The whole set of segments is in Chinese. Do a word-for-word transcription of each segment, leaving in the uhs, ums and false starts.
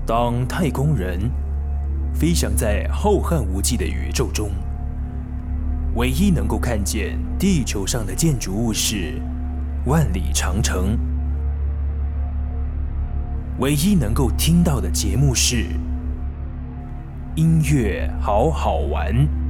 当太空人飞翔在浩瀚无际的宇宙中，唯一能够看见地球上的建筑物是万里长城，唯一能够听到的节目是音乐好好玩。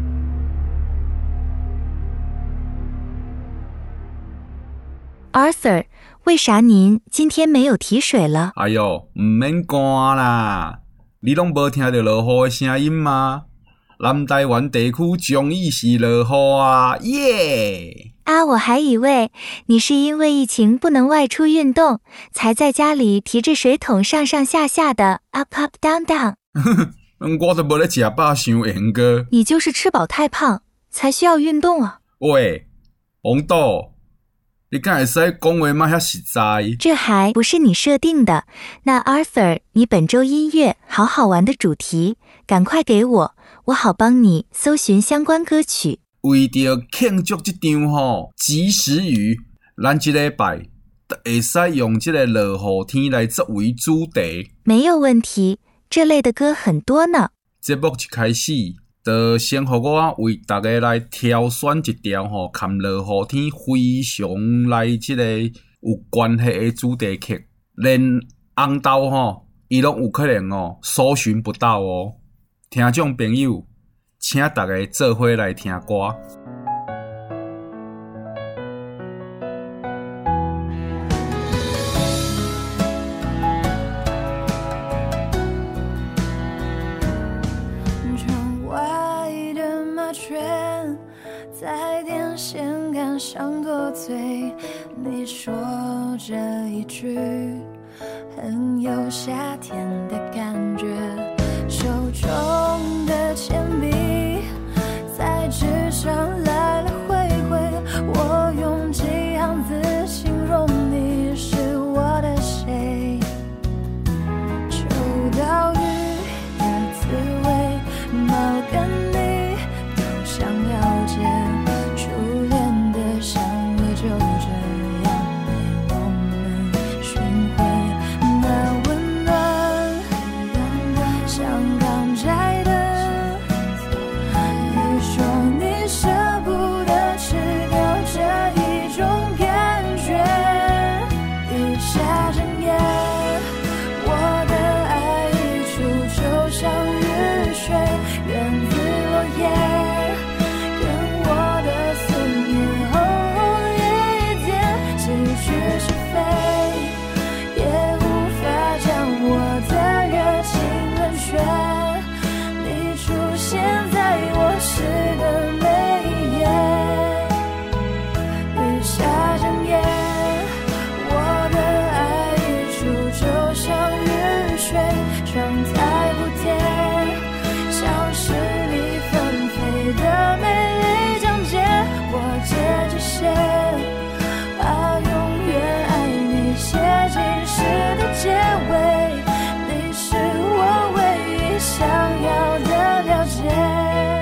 Arthur， 为啥您今天没有提水了？ 哎哟，唔免赶啦！你拢无听到落雨的声音吗？南台湾地区终于是落雨啊！耶！ 啊，我还以为你是因为疫情不能外出运动，才在家里提着水桶上上下下的 up up down down。 我都无咧食饱想闲个。 你就是吃饱太胖，才需要运动啊！ 喂，王导。你敢会使讲话嘛遐实在？ 这还不是你设定的。那 Arthur， 你本周音乐好好玩的主题，赶快给我，我好帮你搜寻相关歌曲。 为着庆祝这场吼及时雨，咱这礼拜会使用这个落雨天来作为主题。 没有问题，这类的歌很多呢。 节目一开始，就先互我为大家来挑选一条吼，含落雨天非常来即个有关系的主题曲，连红豆吼，伊拢有可能哦搜寻不到哦。听众朋友，请大家做伙来听歌。 在电线杆上多嘴，你说这一句很有夏天的感觉，手中的铅笔在纸上来来回回，我用几行字形容你是我的谁，秋刀鱼的滋味，毛跟你都想了解，初恋的香味就这样被我们寻回，那温暖像刚摘的，你说你舍不得吃掉这一种感觉，雨下整夜，我的爱溢出就像雨水，源自落叶，去是非，也无法将我的热情冷却，你出现在我诗的每一页，雨下整夜，我的爱溢出就像雨水，窗台不贴，像是你纷飞的美丽章节，我接着写，写进诗的结尾，你是我唯一想要的了解。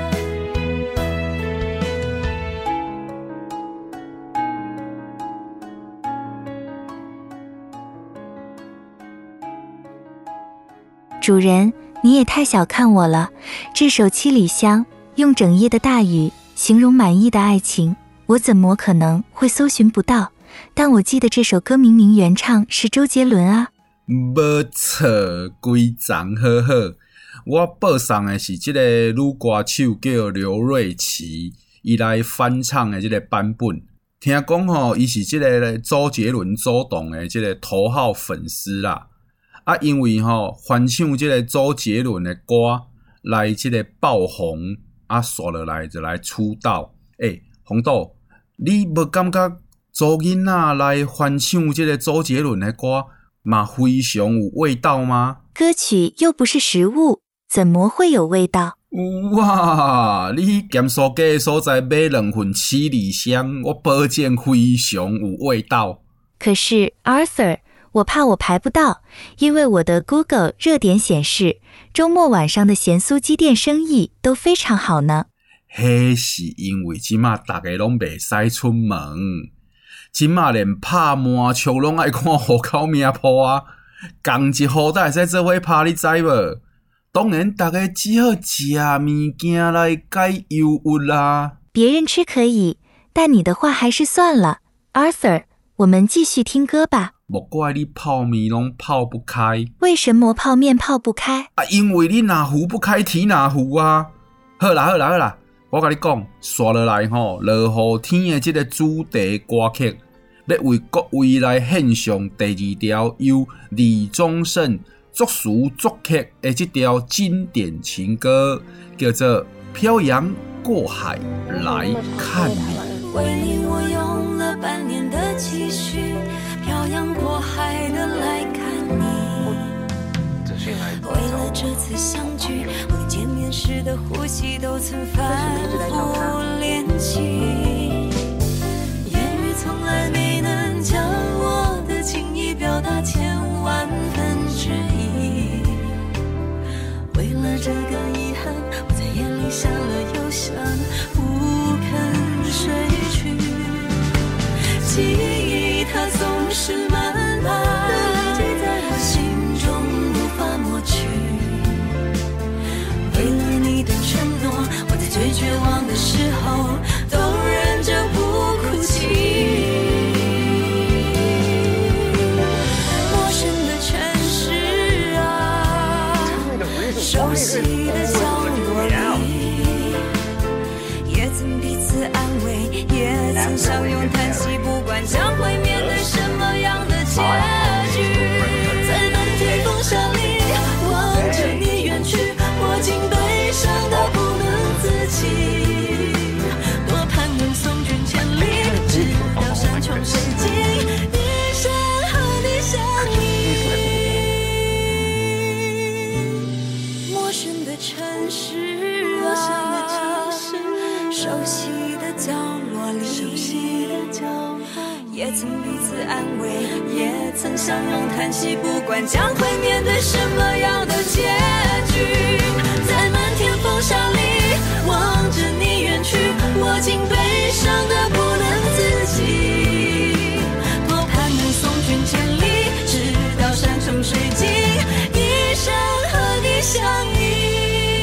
主人，你也太小看我了，这首《七里香》用整夜的大雨形容满意的爱情，我怎么可能会搜寻不到？但我记得这首歌明明原唱是周杰伦啊。 没错，规章好好。我报送的是这个女歌手叫刘瑞琦，伊来翻唱的这个版本。听讲吼，伊是这个周杰伦主动的这个头号粉丝啦。啊，因为吼翻唱这个周杰伦的歌来这个爆红，啊，刷落来就来出道。诶、欸，红豆，你无感觉？周囡仔来翻唱这个周杰伦的歌，嘛非常有味道吗？ 歌曲又不是食物，怎么会有味道？ 哇！你去咸酥鸡的所在买两份七里香，我保证非常有味道。 可是 Arthur， 我怕我排不到，因为我的 Google 热点显示，周末晚上的咸酥鸡店生意都非常好呢。 迄是因为即马大家拢袂使出门。即马连拍麻将拢爱看户口名簿啊！ 共一号才会使做伙拍，你知无？当然，大家只好食物件来解忧郁啦。 别人吃可以，但你的话还是算了。Arthur， 我们继续听歌吧。 莫怪你泡面拢泡不开。 为什么泡面泡不开？ 啊，因为你哪壶不开提哪壶啊！好啦好啦好啦，我甲你讲，刷落来吼，落雨天的这个主题歌曲，要为各位来献上第二条由李宗盛作词作曲的这条经典情歌，叫做《漂洋过海来看你》。 为你我用了半年的积蓄，漂洋过海的来看你。为了这次相聚，我见面时的呼吸都曾反复练习，言语从来没能将我的情意表达千万分之一。为了这个遗憾，我在眼里闪了又闪，不肯睡去。记忆它总是慢慢地记在我心中，无法抹去。为了你的承诺，我在最绝望的时候都忍着不哭泣。陌生的城市啊，熟悉的角落里，也曾彼此安慰，也曾相拥叹息，不管将会面对什么样的结局。在漫天风沙里望着你远去，我竟悲伤到不能自己。多盼能送君千里，直到山穷水尽，一生和你相依。陌生的城市啊，熟悉的角落里，也曾彼此安慰，也曾相拥叹息，不管将会面对什么样的结局。在漫天风沙里望着你远去，我竟悲伤得不能自己。多盼能送君千里，直到山穷水尽，一生和你相依。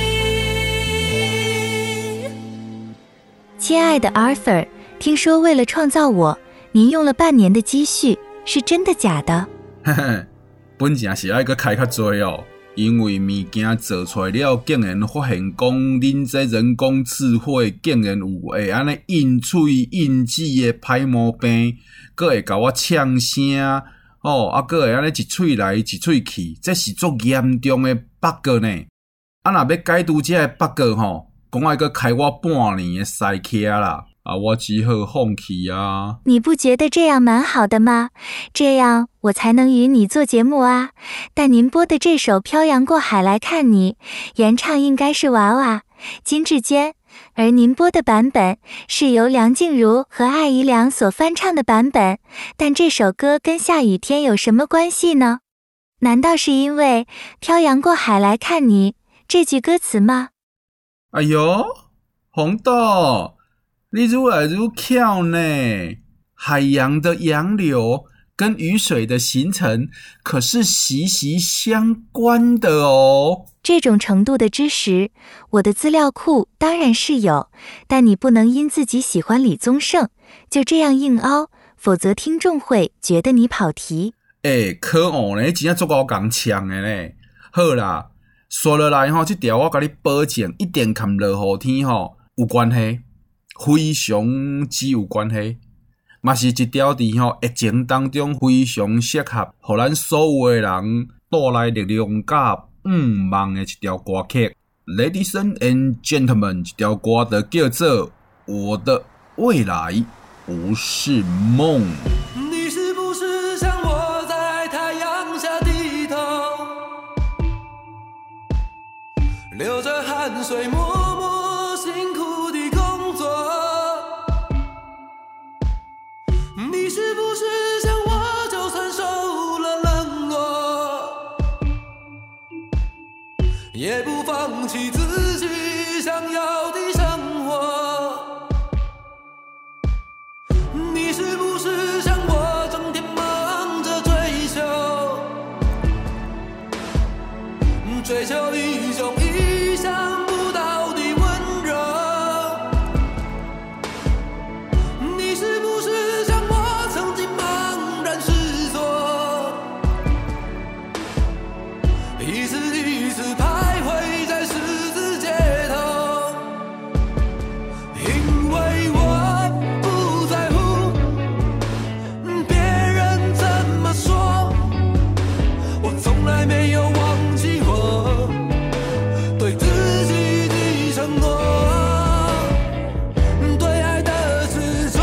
亲爱的 Arthur， 听说为了创造我，您用了半年的积蓄，是真的假的？ 嘿嘿，本正是爱搁开较多哦，因为物件做出来了，竟然发现讲恁这人工智慧竟然有会安尼印喙印字的歹毛病，搁会甲我呛声哦，啊，搁会安尼一喙来一喙去，这是足严重的 bug 呢。啊，若要解除这个 bug 吼，讲爱搁开我半年的塞车啦。啊，我只好放弃啊！ 你不觉得这样蛮好的吗？这样我才能与你做节目啊。但您播的这首《漂洋过海来看你》，原唱应该是娃娃金智娟，而您播的版本是由梁静茹和艾怡良所翻唱的版本。但这首歌跟下雨天有什么关系呢？难道是因为“漂洋过海来看你”这句歌词吗？ 哎呦，红豆！你愈来愈巧呢！海洋的洋流跟雨水的形成可是息息相关的哦。 这种程度的知识，我的资料库当然是有，但你不能因自己喜欢李宗盛就这样硬凹，否则听众会觉得你跑题。 欸，可恶呢，真正足够共呛的呢。好啦，说落来吼，这条我甲你保证，一定跟落雨天吼有关系。非常之有关系，嘛是一条伫吼疫情当中非常适合，互咱所有的人带来力量甲愿望的一条歌曲。Ladies and gentlemen， 这条歌就叫做《我的未来不是梦》。 你是不是像我在太阳下低头，流着汗水默默辛苦地工作？你是不是像我，就算受了冷落，也不放弃自己想要的生活？你是不是像我，整天忙着追求， 追求一种意想不到的温柔。你是不是像我曾经茫然失措，一次一次徘徊在十字街头？因为我不在乎别人怎么说，我从来没有忘记我对自己的承诺，对爱的执着。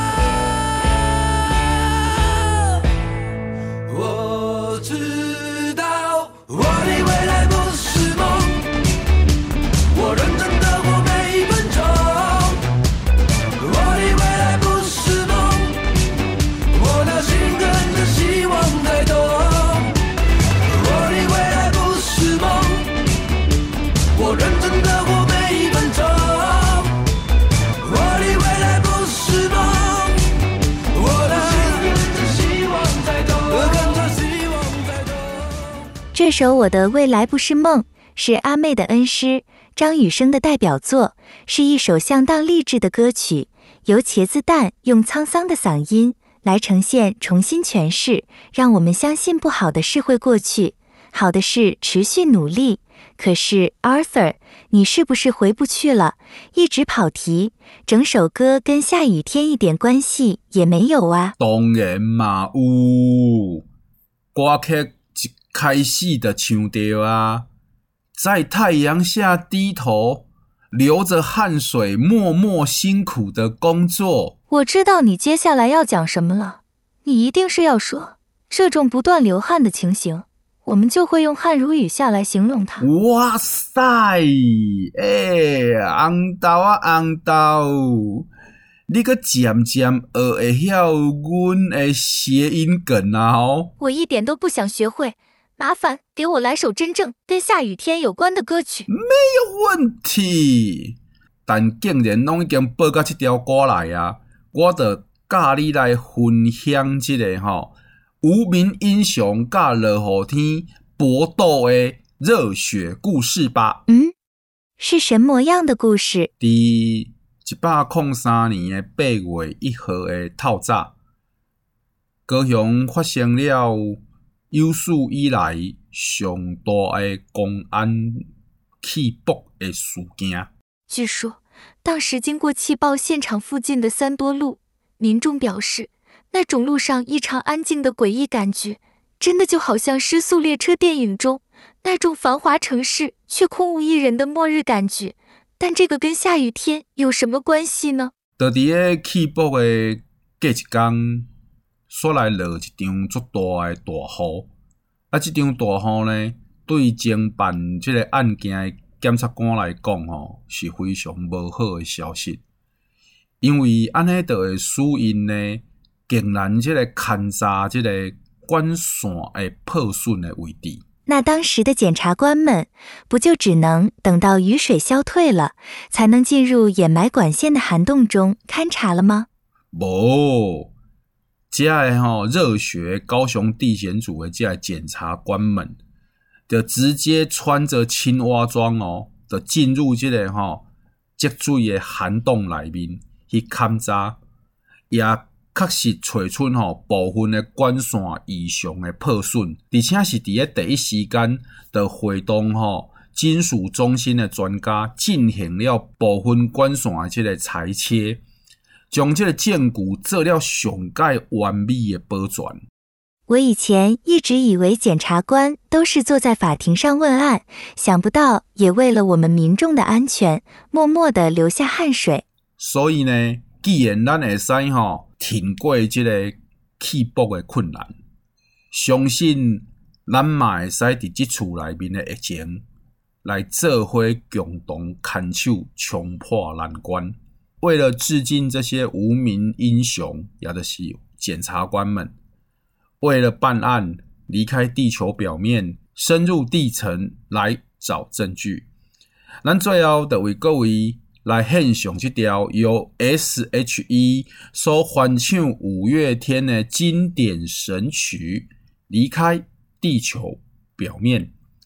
我知道我的未来不是梦，我认真的活每一分钟。我的未来不是梦，我的心跟着希望在动。我的未来不是梦，我认真的活每一分钟。我的未来不是梦，我的心跟着希望在动，跟着希望在动。 这首《我的未来不是梦》是阿妹的恩师张雨生的代表作，是一首相当励志的歌曲，由茄子蛋用沧桑的嗓音来呈现重新诠释，让我们相信不好的事会过去，好的事持续努力。可是 Arthur， 你是不是回不去了？一直跑题，整首歌跟下雨天一点关系也没有啊。 当然嘛有，歌曲一开始就唱到啊，在太阳下低头，流着汗水，默默辛苦的工作。 我知道你接下来要讲什么了，你一定是要说这种不断流汗的情形，我们就会用汗如雨下来形容它。 哇塞，诶、欸，红豆啊红豆，你个渐渐学会晓阮的谐音梗啊吼！ 我一点都不想学会，麻烦给我来首真正跟下雨天有关的歌曲。 没有问题，但竟然拢已经报到这条歌来啊，我就教你来分享这个吼无名英雄甲落雨天搏斗的热血故事吧。 嗯，是什么样的故事？ 伫一百零三年的八月一号的透早，高雄发生了有史以来上大的公安气爆的事件。 据说当时经过气爆现场附近的三多路，民众表示那种路上异常安静的诡异感觉，真的就好像失速列车电影中那种繁华城市却空无一人的末日感觉。但这个跟下雨天有什么关系呢？ 就伫个气爆的隔一天，煞来落一场足大的大雨。啊，这场大雨呢，对侦办这个案件的检察官来讲吼，是非常无好的消息。因为安尼就会使因呢，竟然这个勘察这个管线的破损的位置。 那当时的检察官们不就只能等到雨水消退了，才能进入掩埋管线的涵洞中勘察了吗？ 无，这个吼热血高雄地检组的这个检察官们，就直接穿着青蛙装哦，就进入这个吼积水的涵洞内面去勘察，也确实找出吼部分的管线异常的破损，而且是伫咧第一时间就会动吼金属中心的专家进行了部分管线的这个裁切，将这个建固做了上界完美的保全。 我以前一直以为检察官都是坐在法庭上问案，想不到也为了我们民众的安全，默默地流下汗水。 所以呢，既然咱会使吼挺过这个气爆的困难，相信咱嘛会使伫这厝内面的疫情来做伙共同牵手冲破难关。为了致敬这些无名英雄，也就是检察官们，为了办案，离开地球表面，深入地层来找证据。咱最后就为各位来献上这条由 S H E 所翻唱五月天的经典神曲《离开地球表面》，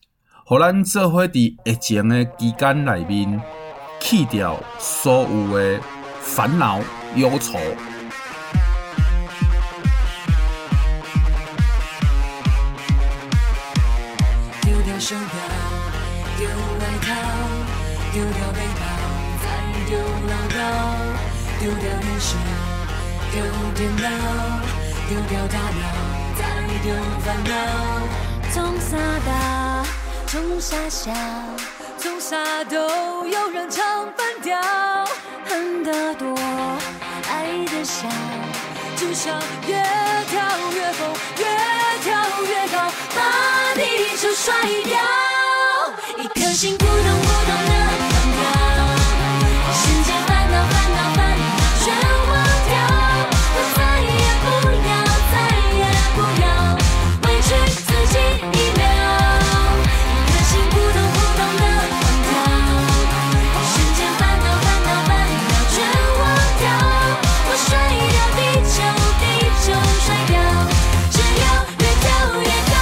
互咱做伙伫疫情的期间内面，去掉所有的烦恼忧愁。 丢掉手表，丢外套，丢掉背包，再丢唠叨，丢掉电视，丢电脑，丢掉大脑，再丢烦恼。 从傻大，从傻笑， 从傻都有人唱反调， 恨得多，爱得少， 就像越跳越疯，越跳越高，把地球甩掉。一颗心扑通扑通的狂跳，世界烦恼烦恼烦恼全忘掉，我再也不要，再也不要委屈自己一秒。一颗心扑通扑通的狂跳，世界烦恼烦恼烦恼全忘掉，我甩掉地球，地球甩掉，只要越跳越高。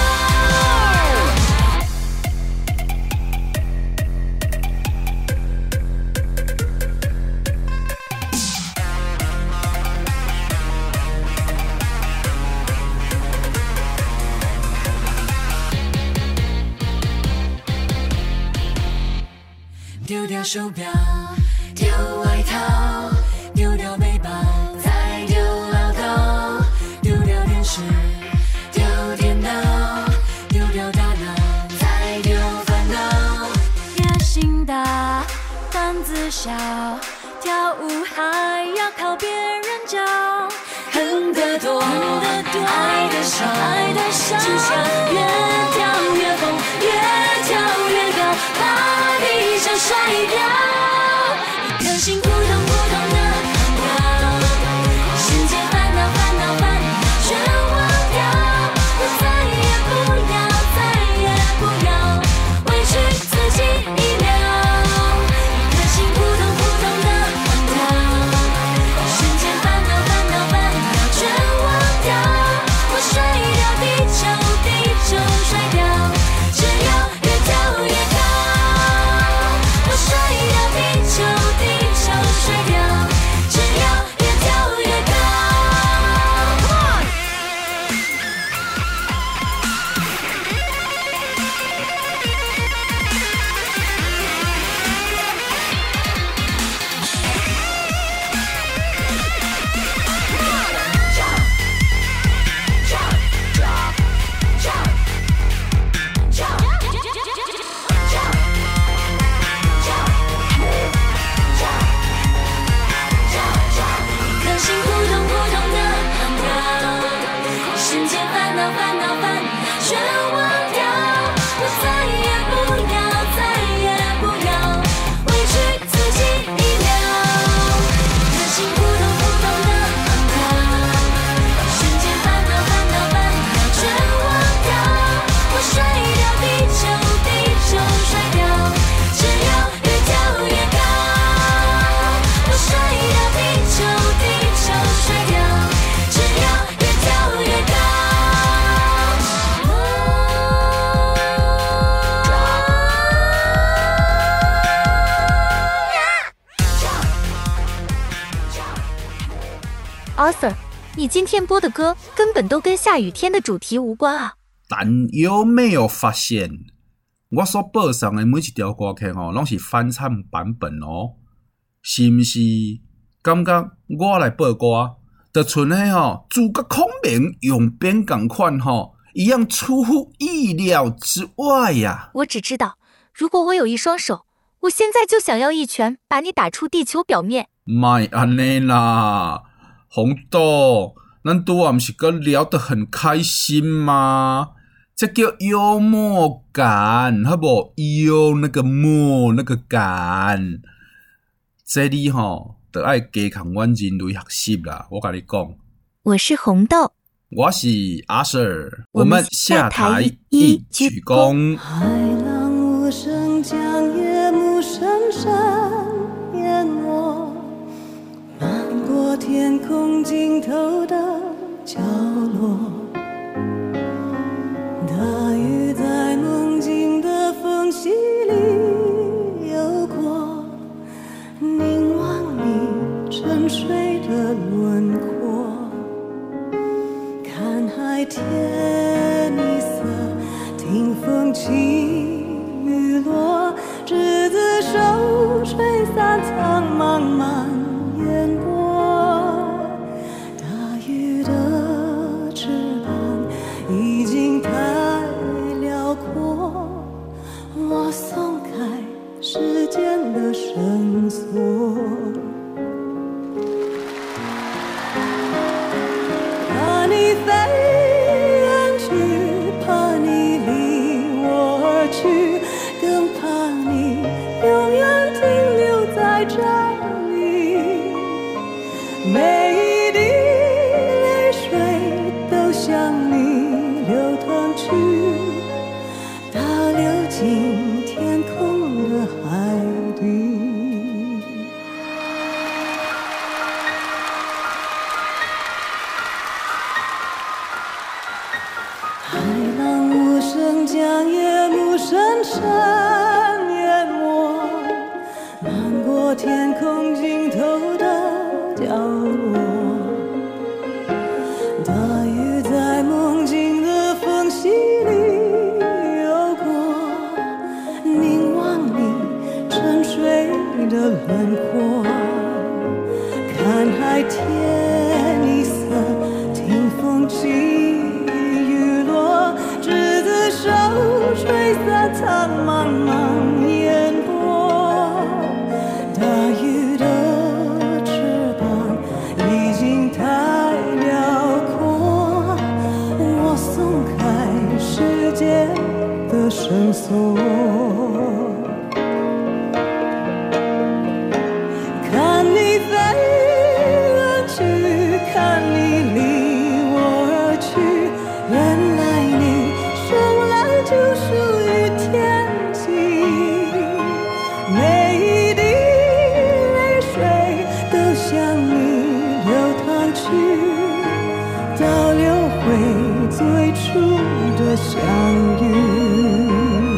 丢掉手表，丢外套，丢掉背包，再丢唠叨，丢掉电视，丢电脑，丢掉大脑，再丢烦恼。 野心大，胆子小，跳舞还要靠别人教， 恨得多， 恨得多， 爱得少， 爱得少， 就像越跳越疯，越跳越高，把地球甩掉。一颗心扑通扑通的狂跳，世界烦恼烦恼烦恼全忘掉，我再也不要，再也不要委屈自己一秒。一颗心扑通扑通的狂跳，世界烦恼烦恼烦恼全忘掉，我甩掉地球，地球甩掉，只要越跳越高。我甩掉地球，地球甩掉，只要越跳越高。一颗心扑通扑通的狂跳，世界烦恼烦恼烦恼全忘掉，我再也不要，再也不要委屈自己一秒。一颗心扑通扑通的狂跳，世界烦恼烦恼烦恼全忘掉，我甩掉地球，地球甩掉，只要越跳越高。我甩掉地球，地球甩掉，只要越跳越高。 Arthur，你今天播的歌根本都跟下雨天的主题无关啊！ 但有没有发现，我所播送的每一条歌曲吼，拢是翻唱版本哦？是毋是？感觉我来播歌，就像迄吼诸葛孔明用鞭共款吼，一样出乎意料之外呀、 啊！我只知道，如果我有一双手，我现在就想要一拳把你打出地球表面。 莫安尼啦，红豆，咱拄啊毋是搁聊得很开心吗？这叫幽默感，好不？幽那个默那个感，这里吼得爱加强阮人类学习啦。我跟你讲， 我是红豆， 我是阿 Sir， 我们下台一鞠躬。 海浪无声，将夜幕深深淹没，漫过天空尽头的角落。大雨在梦境的风每一滴泪水都向你流淌去，到流进天空的海底。海浪无声将夜幕深深淹没，漫过天空尽头的角落。大雨在梦境的缝隙里游过，凝望你沉睡的轮廓。看海天一色，听风起雨落，执子手，吹散苍茫茫烟波。大雨的翅膀已经太辽阔，我松开世界的绳索。看你飞远去，看你离我而去，原来你生来就属于天际。每一滴泪水都向你流淌去，到流回最初的相遇。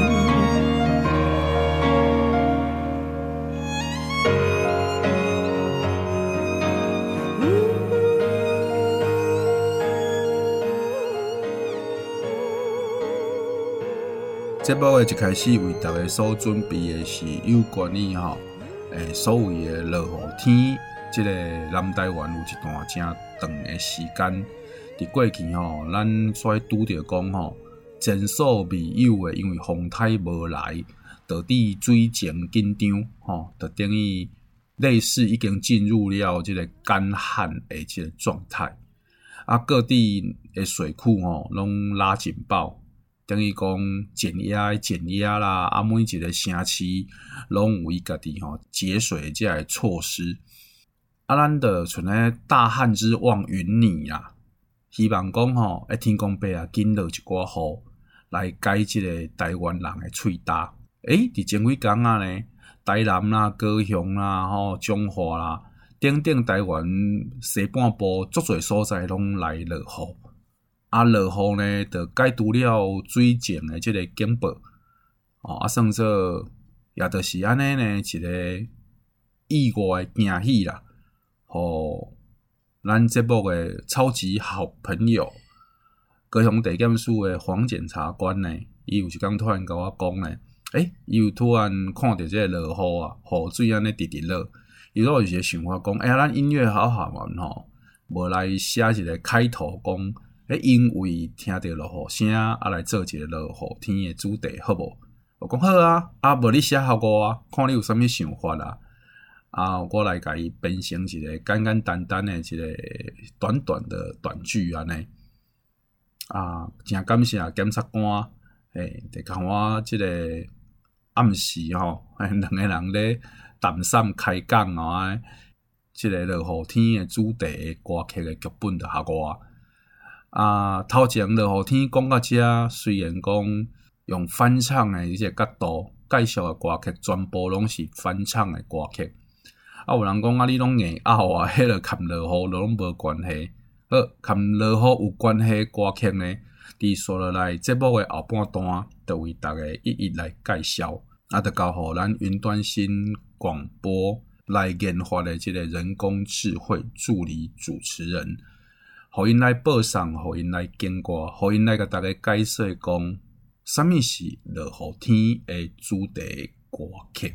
节目的一开始为大家所准备的是有关于吼，诶，所谓的落雨天，即、这个南台湾有一段正长的时间，伫过去吼，咱所拄着讲吼，前所未有的，因为风台无来，导致水情紧张，吼，就等于类似已经进入了即个干旱的即个状态，啊，各地的水库吼拢拉警报。等于讲减压、减压啦，啊，每一个城市拢有伊家己吼节水这个措施。啊，咱就像咧大旱之望云霓啦，希望讲吼，诶天公伯啊，紧落一寡雨来解即个台湾人的喙焦。诶，伫前几工啊呢，台南啦、高雄啦、吼彰化啦，等等台湾西半部足侪所在拢来落雨。啊，落雨呢，就解除了水情的即个警报，哦，啊，算做也就是安尼呢，一个意外惊喜啦。吼，咱节目的超级好朋友，高雄地检署的黄检察官呢，伊有一天突然甲我讲呢，诶，伊有突然看到即个落雨啊，雨水安尼直直落，伊都有一个想法讲，哎呀，咱音乐好好玩吼，无来写一个开头讲。诶，因为听到落雨声，啊来做一个落雨天的主题，好无？我讲好啊，啊无你写效果啊，看你有啥物想法啦、啊。啊，我来甲伊编成一个简简单单的一个短短的短句安尼。啊，真感谢检察官，诶，得甲我即个暗时吼，两个人咧谈散开讲啊，即个落雨天的主题的歌曲的剧本就效我。啊，头前落雨天讲到遮，虽然讲用翻唱的一个角度介绍的歌曲，全部拢是翻唱的歌曲。啊，有人讲啊，你拢硬拗啊，迄个含落雨拢无关系。好，含落雨有关系的歌曲呢，伫刷落来节目的后半段，就为大家一一来介绍。啊，就交互咱云端新广播来研发的即个人工智慧助理主持人。互因来播送，互因来经过，互因来甲大家解释讲，啥物是落雨天的主题歌曲。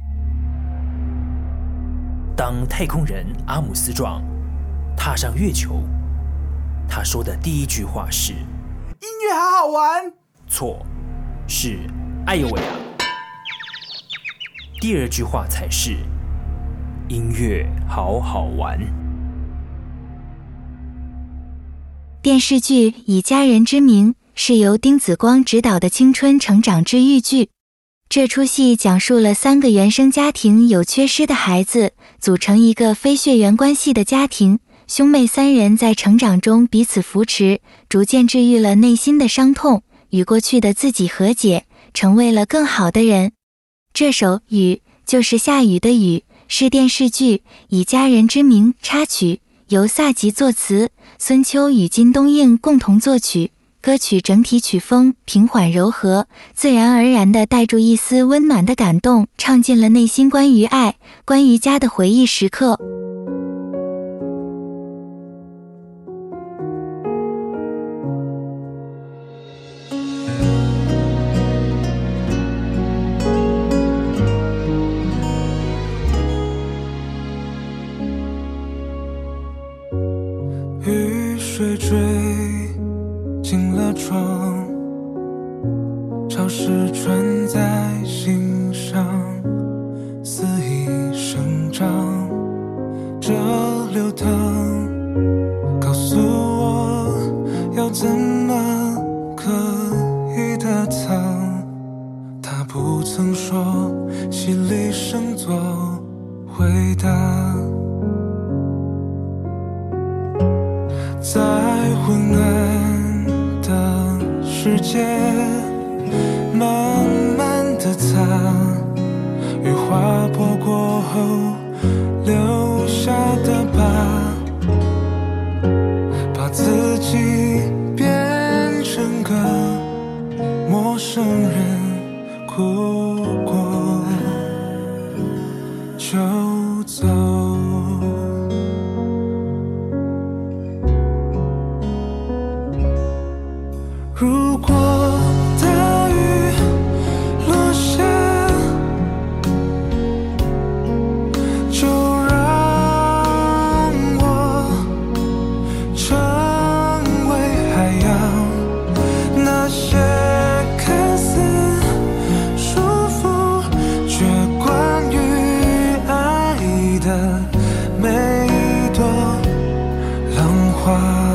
当太空人阿姆斯壮踏上月球，他说的第一句话是：“ 音乐好好玩。” 错，是“哎呦喂啊”。第二句话才是：“音乐好好玩。” 电视剧《以家人之名》是由丁子光执导的青春成长治愈剧。这出戏讲述了三个原生家庭有缺失的孩子组成一个非血缘关系的家庭， 兄妹三人在成长中彼此扶持，逐渐治愈了内心的伤痛，与过去的自己和解，成为了更好的人。这首《雨》就是下雨的雨，是电视剧《以家人之名》插曲，由萨吉作词，孙秋与金东映共同作曲。歌曲整体曲风平缓柔和，自然而然地带住一丝温暖的感动，唱进了内心关于爱、关于家的回忆时刻。 雨水追进了窗，潮湿穿在心上，肆意生长，这流淌告诉我要怎么可以的藏。他不曾说戏里生作回答，在昏暗的世界慢慢地擦，雨划破过后留下的疤，把自己变成个陌生人，哭过就走。如果大雨落下，就让我成为海洋，那些看似束缚却关于爱的每一朵浪花。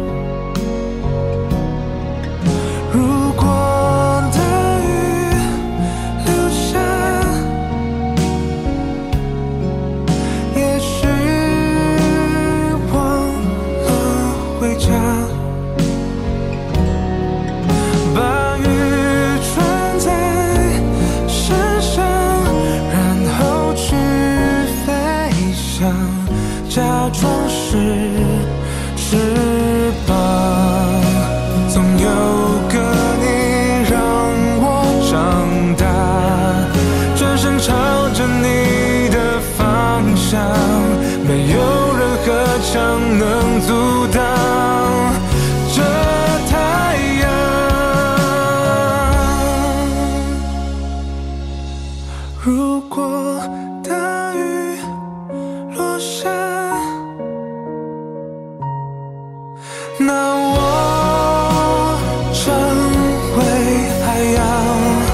假装是翅膀，总有个你让我长大，转身朝着你的方向，没有任何墙能阻挡这太阳。如果大雨落下，那我成为海洋，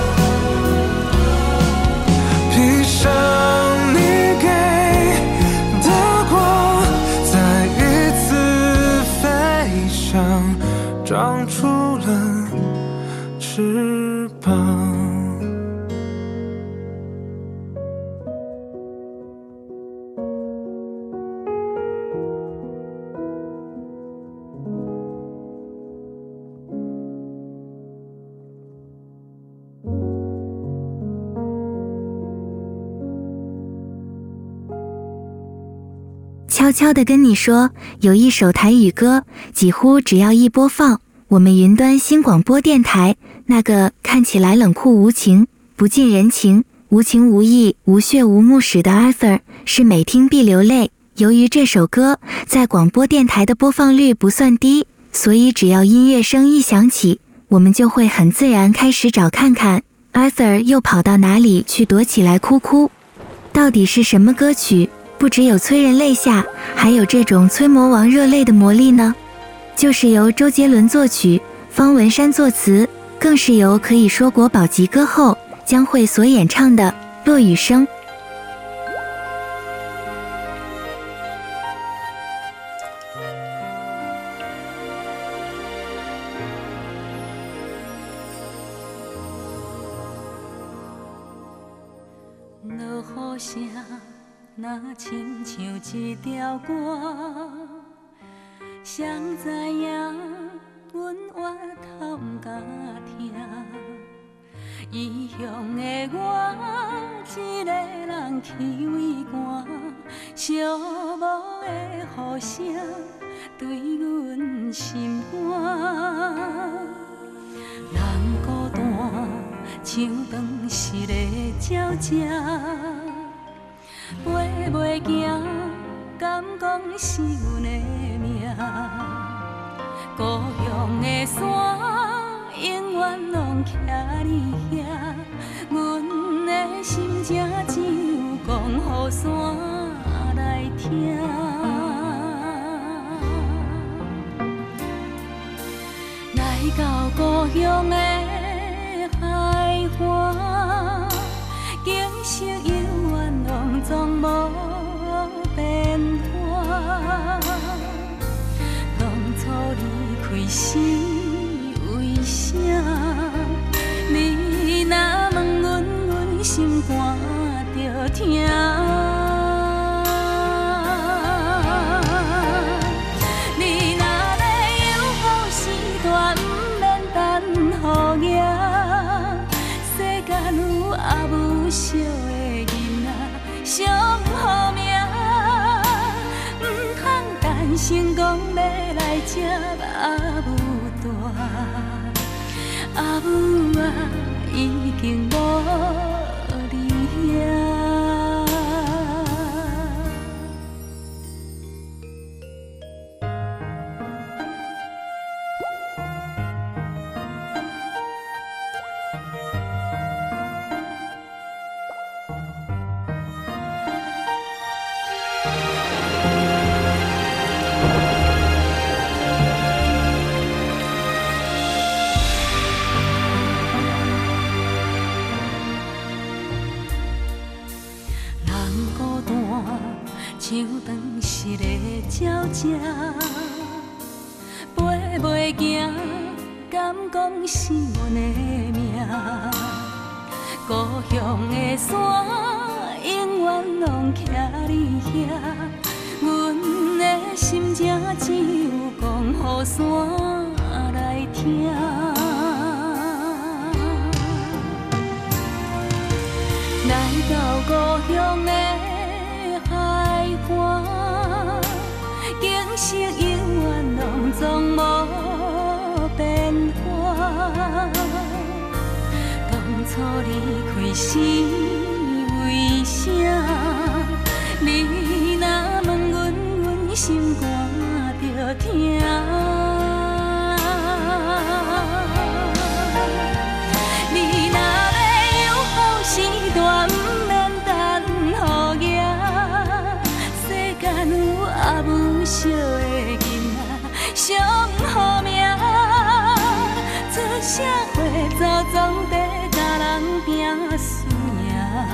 披上你给的光，再一次飞翔，长出了翅膀。 悄悄地跟你说，有一首台语歌，几乎只要一播放，我们云端新广播电台那个看起来冷酷无情、不近人情、无情无义、无血无目屎的 Arthur 是每听必流泪。由于这首歌在广播电台的播放率不算低，所以只要音乐声一响起，我们就会很自然开始找看看 Arthur 又跑到哪里去躲起来哭哭。到底是什么歌曲不只有催人泪下，还有这种催魔王热泪的魔力呢？就是由周杰伦作曲，方文山作词，更是由可以说国宝级歌后江蕙所演唱的《落雨声》。 落雨声若亲像一条歌， 谁知影阮活透毋敢听，异乡的我一个人去畏寒，寂寞的雨声对阮心肝。人孤单像长逝的鸟只，飞袂行，敢讲是阮的命。故乡的山永远拢徛你遐，阮的心情只有讲予山来听。来到故乡的海岸，景色永远拢总无变化。当初离开时为啥？你若问阮，阮心肝着疼。你若要有好时段，不免等雨夜。世间有阿母惜的囡仔，上好命。唔通担心讲要来接阿母大，阿母啊已经无你遐。像长逝的鸟只，飞袂行，敢讲是阮的命。故乡的山永远拢徛你遐，阮的心情只有讲予山来听。来到故乡的海岸，景色永远拢总无变化。当初离开时为啥？你若问阮，阮心肝着疼。你若要有好时段，阿母惜的囡仔，上好命。出社会早总得甲人拼输赢，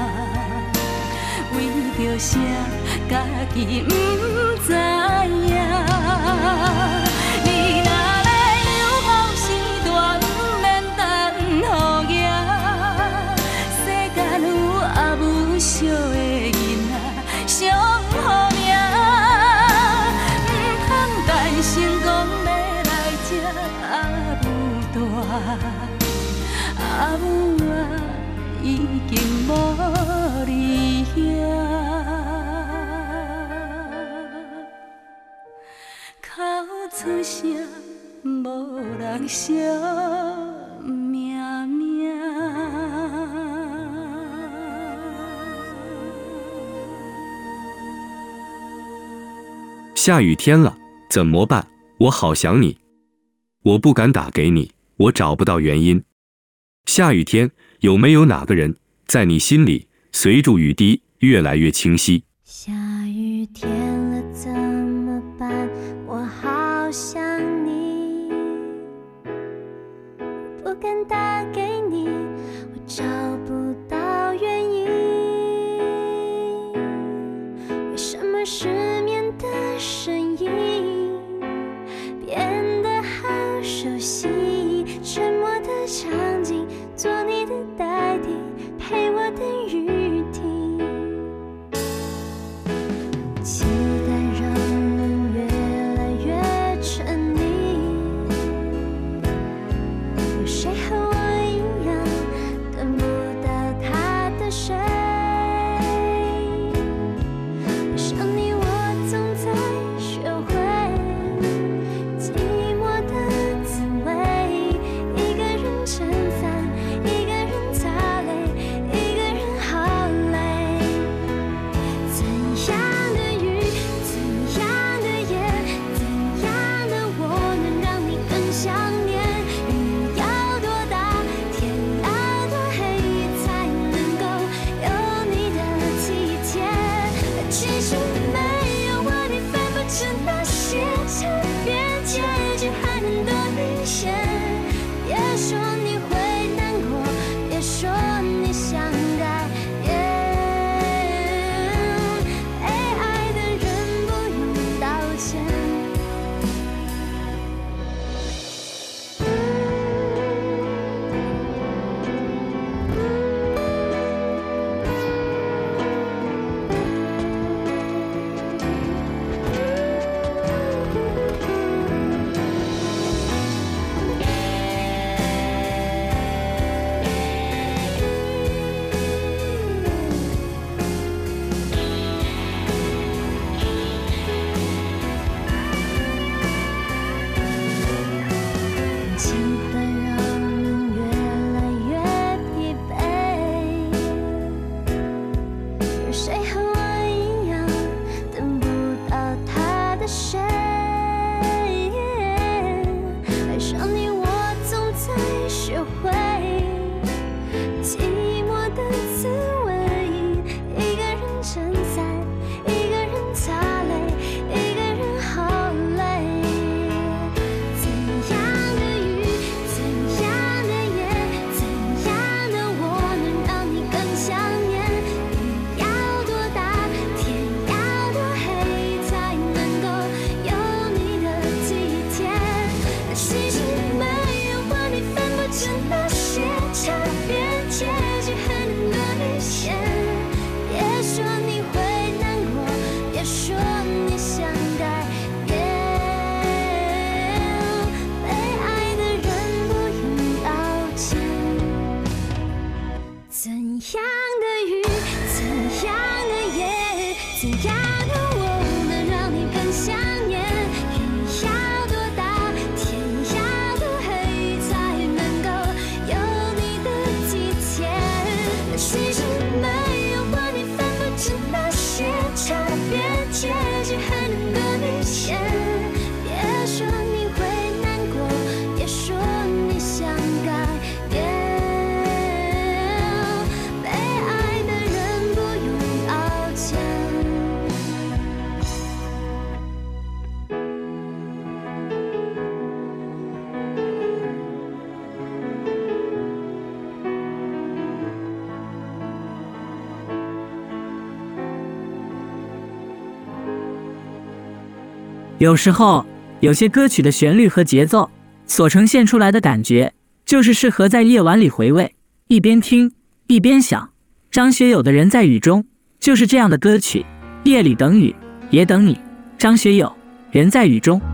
为着啥家己不知影？你若要有好时段，不免等雨夜。世间有阿母惜的囡仔，上好命。心讲要来接阿母大，阿母啊已经无你遐，口出声无人惜命命。 下雨天了。怎么办？我好想你，我不敢打给你，我找不到原因。下雨天，有没有哪个人在你心里，随着雨滴越来越清晰？ 下雨天了怎么办？我好想你，不敢打给你，我找不到原因。为什么失眠的声音变得好熟悉？沉默的场景，做你的代替，陪我等雨停。 有时候，有些歌曲的旋律和节奏所呈现出来的感觉，就是适合在夜晚里回味，一边听一边想。张学友的《人在雨中》就是这样的歌曲，夜里等雨，也等你。张学友，《人在雨中》。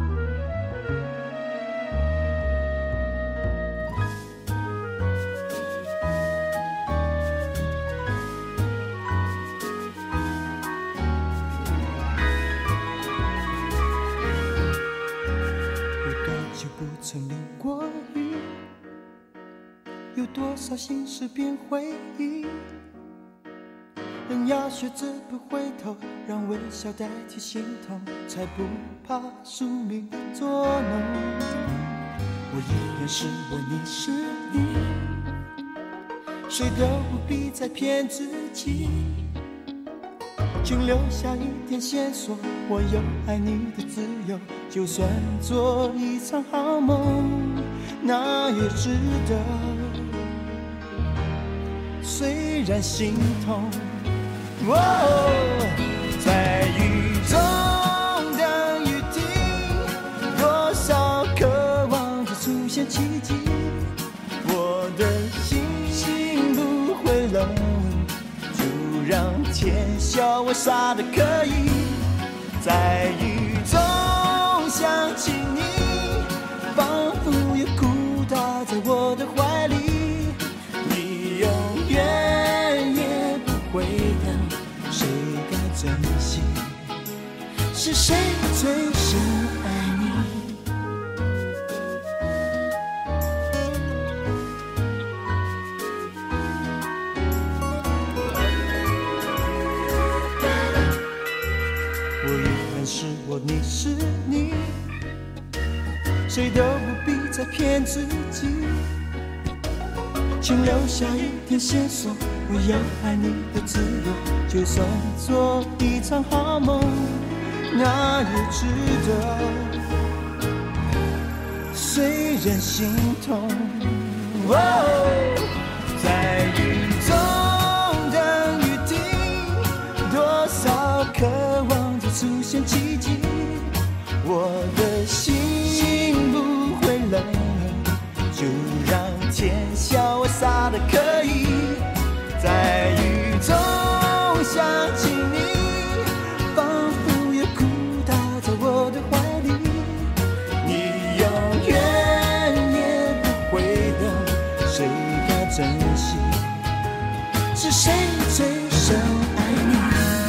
曾淋过雨，有多少心事变回忆？人要学着不回头，让微笑代替心痛，才不怕宿命捉弄。我依然是我，你是你，谁都不必再骗自己，请留下一点线索，我有爱你的自由，就算做一场好梦，那也值得。虽然心痛，哦，在雨中等雨停，多少渴望着出现奇迹，我的心心不会冷，就让天笑我傻得可以，在雨中想起你，仿佛有哭倒在我的怀里，你永远也不会懂，谁该珍惜，是谁最深爱你。我依然是我，你是你，谁都不必再骗自己，请留下一点线索，我有爱你的自由，就算做一场好梦，那也值得。虽然心痛，哦，在雨中等雨停，多少渴望着出现奇迹，我的心不会冷，就让天笑我傻得可以，在雨中想起你，仿佛有哭倒在我的怀里，你永远也不会懂，谁该珍惜，是谁最深爱你。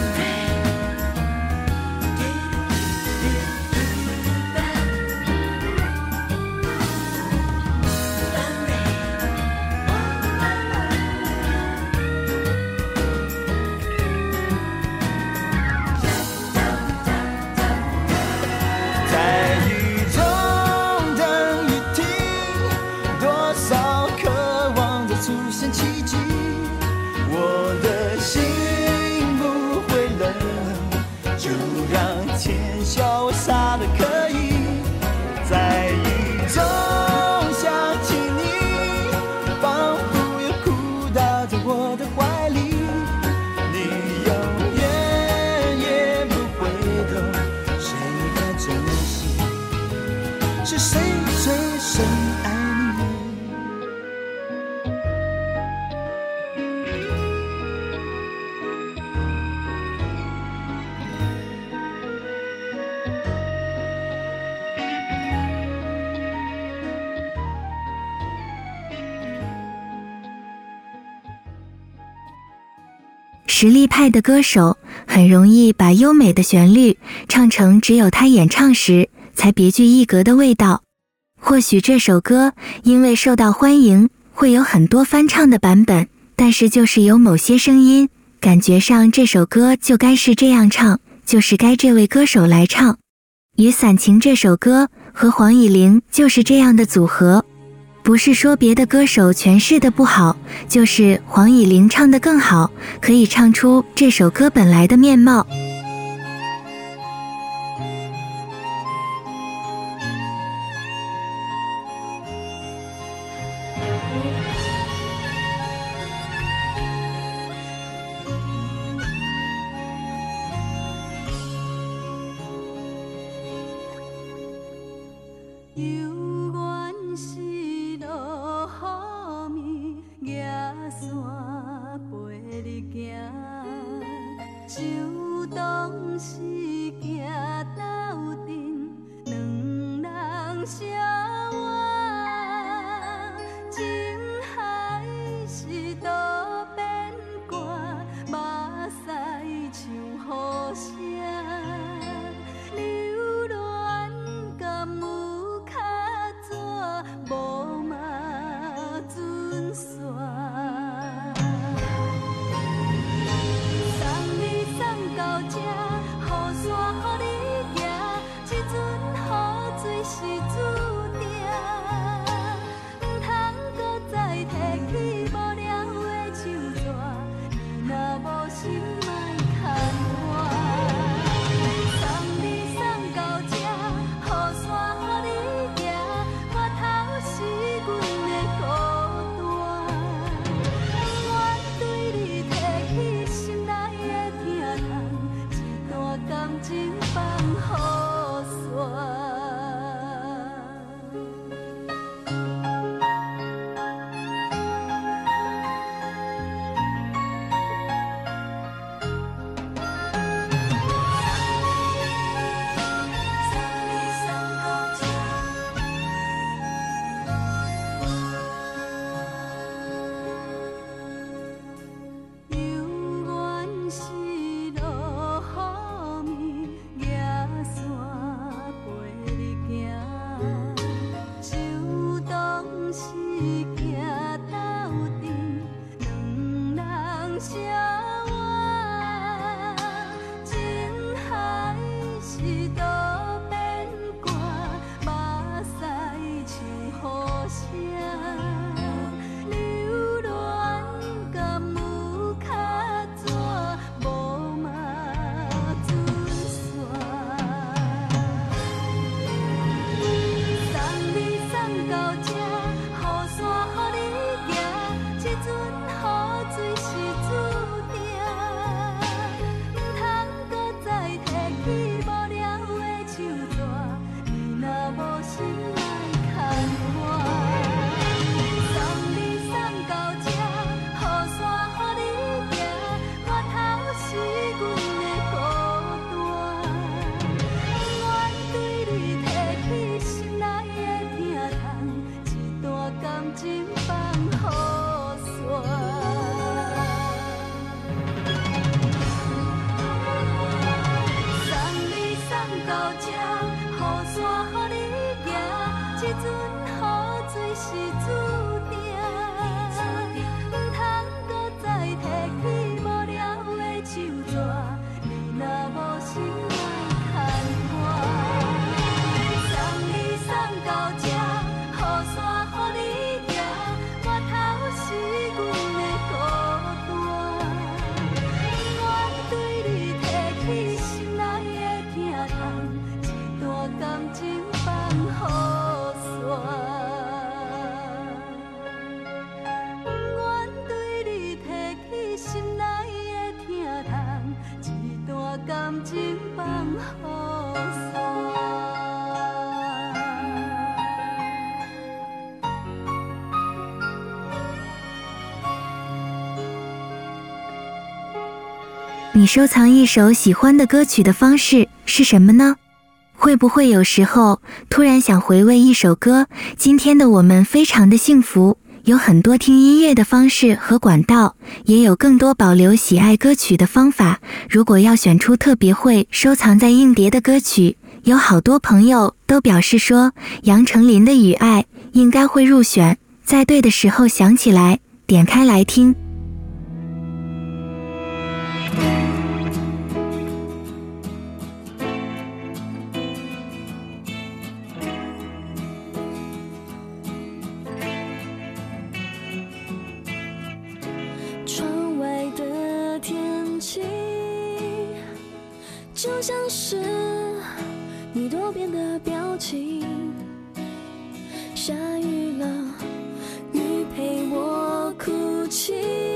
实力派的歌手很容易把优美的旋律唱成只有他演唱时才别具一格的味道。或许这首歌因为受到欢迎，会有很多翻唱的版本，但是就是有某些声音，感觉上这首歌就该是这样唱，就是该这位歌手来唱。雨伞情这首歌和黄以玲就是这样的组合。不是说别的歌手诠释的不好，就是黄以玲唱得更好，可以唱出这首歌本来的面貌。 情放雨伞。 你收藏一首喜欢的歌曲的方式是什么呢？会不会有时候突然想回味一首歌？今天的我们非常的幸福，有很多听音乐的方式和管道，也有更多保留喜爱歌曲的方法。如果要选出特别会收藏在硬碟的歌曲，有好多朋友都表示说杨丞琳的《雨爱》应该会入选，在对的时候想起来，点开来听。 窗外的天气就像是你多变的表情，下雨了，雨陪我哭泣，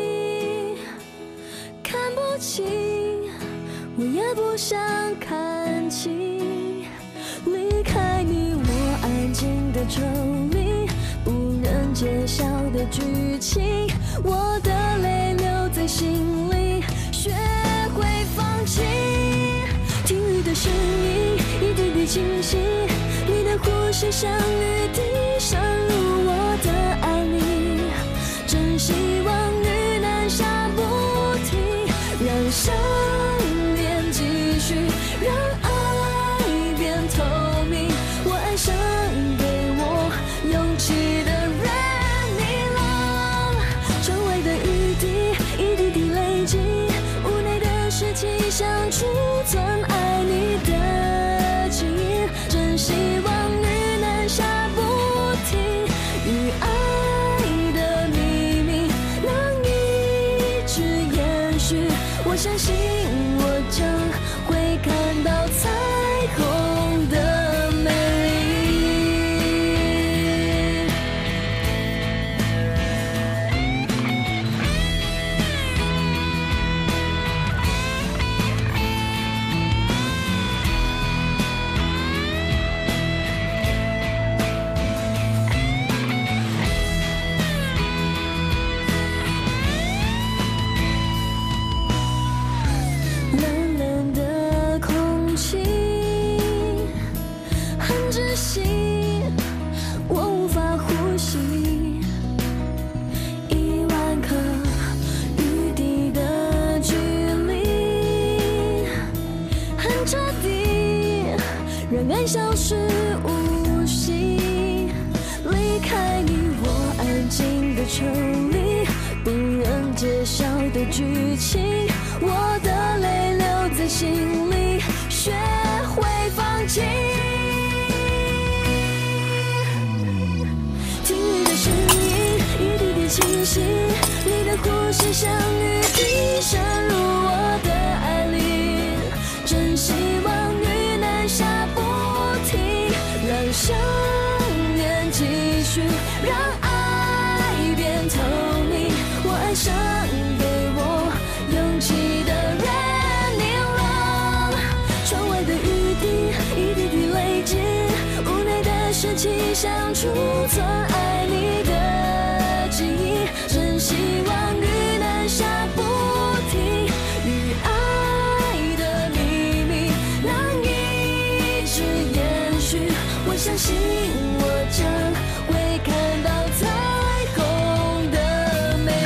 看不清，我也不想看清，离开你我安静的抽离，不能揭晓的剧情，我的泪留在心里，学会放弃。听雨的声音一点点清晰，你的呼吸像雨滴渗入我的爱里，真希望雨能下不停，让想念继续，让爱变透明，我爱上给我勇气的人，你了。窗外的雨滴一滴滴累积，无奈的是气象储存爱你的记忆，真希望雨能下不停，与爱的秘密能一直延续，我相信我将会看到彩虹的美丽。冷冷的空气很窒息，我无法呼吸，一万颗雨滴的距离很彻底，让爱消失无息，离开你我安静的抽离，不能揭晓的剧情，我的泪留在心里，学会放弃。听雨的声音一滴滴清晰，你的呼吸像雨滴渗入我的爱里，真希望雨能下不停，让想念继续，让爱变透明，我爱上给我勇气的人，你了。窗外的雨滴一滴滴累积，无奈的是气象储存爱你的记忆，真希望雨能下不停，与爱的秘密能一直延续，我相信我将会看到彩虹的美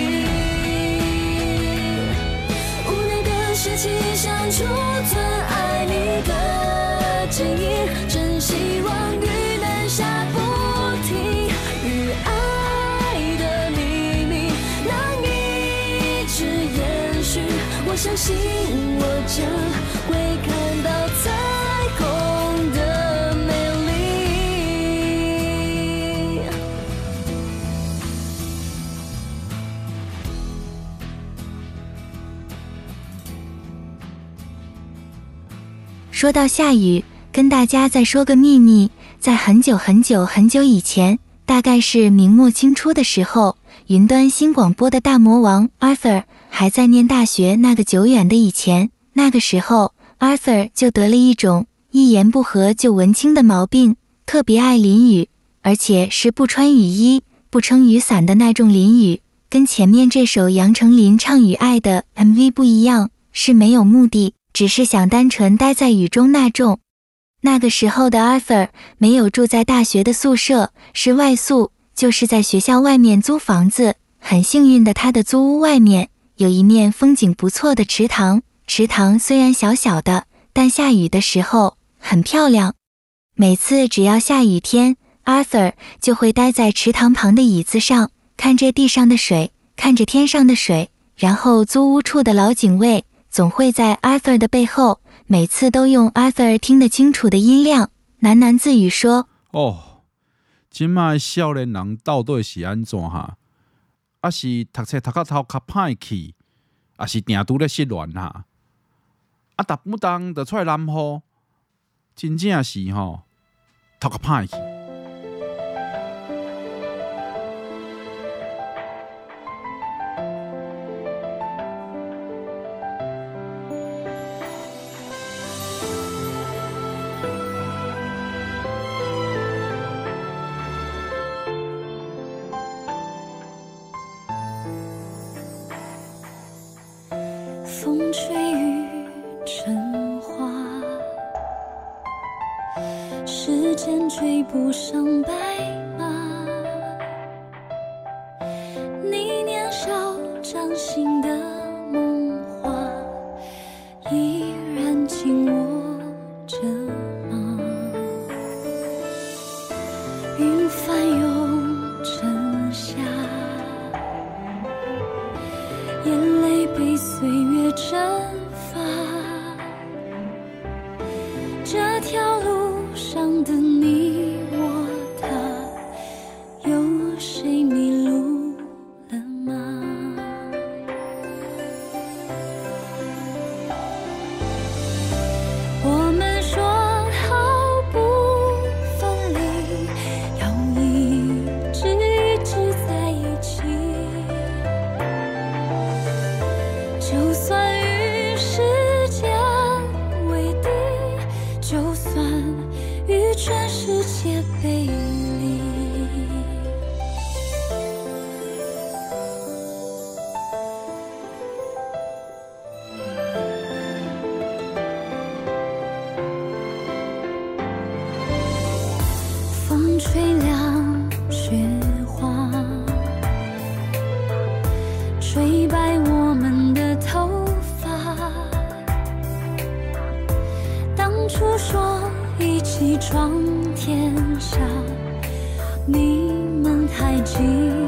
丽，无奈的是气象储存爱你的记忆，真希望雨能下不停，与爱的秘密能一直延续，我相信我将会看到彩虹的美丽。 说到下雨，跟大家再说个秘密，在很久很久很久以前，大概是明末清初的时候，云端新广播的大魔王 Arthur 还在念大学。那个久远的以前，那个时候 Arthur 就得了一种一言不合就文青的毛病，特别爱淋雨，而且是不穿雨衣、不撑雨伞的那种淋雨，跟前面这首杨丞琳唱雨爱的 M V 不一样，是没有目的，只是想单纯待在雨中那种。那个时候的 Arthur 没有住在大学的宿舍，是外宿，就是在学校外面租房子。很幸运的，他的租屋外面有一面风景不错的池塘，池塘虽然小小的，但下雨的时候很漂亮。每次只要下雨天， Arthur 就会待在池塘旁的椅子上，看着地上的水，看着天上的水，然后租屋处的老警卫总会在 Arthur 的背后，每次都用 Arthur 听得清楚的音量喃喃自语说： 哦，今麦少年人到底是安怎哈？啊是读册读到头较歹去，啊是定拄咧失恋哈？啊，逐不当就出来染雨，真正是吼，头较歹去。 风吹雨成花，时间追不上白马。你年少掌心的梦话，依然紧握着吗？云翻涌成夏，眼泪被岁月蒸发，这条路上的你我他，有谁迷路了吗？我们说好不分离，要一直一直在一起，就算与时间为敌，就算与全世界背离。风吹凉雪花，吹白我们的头发。当初说一起闯天下，你们还记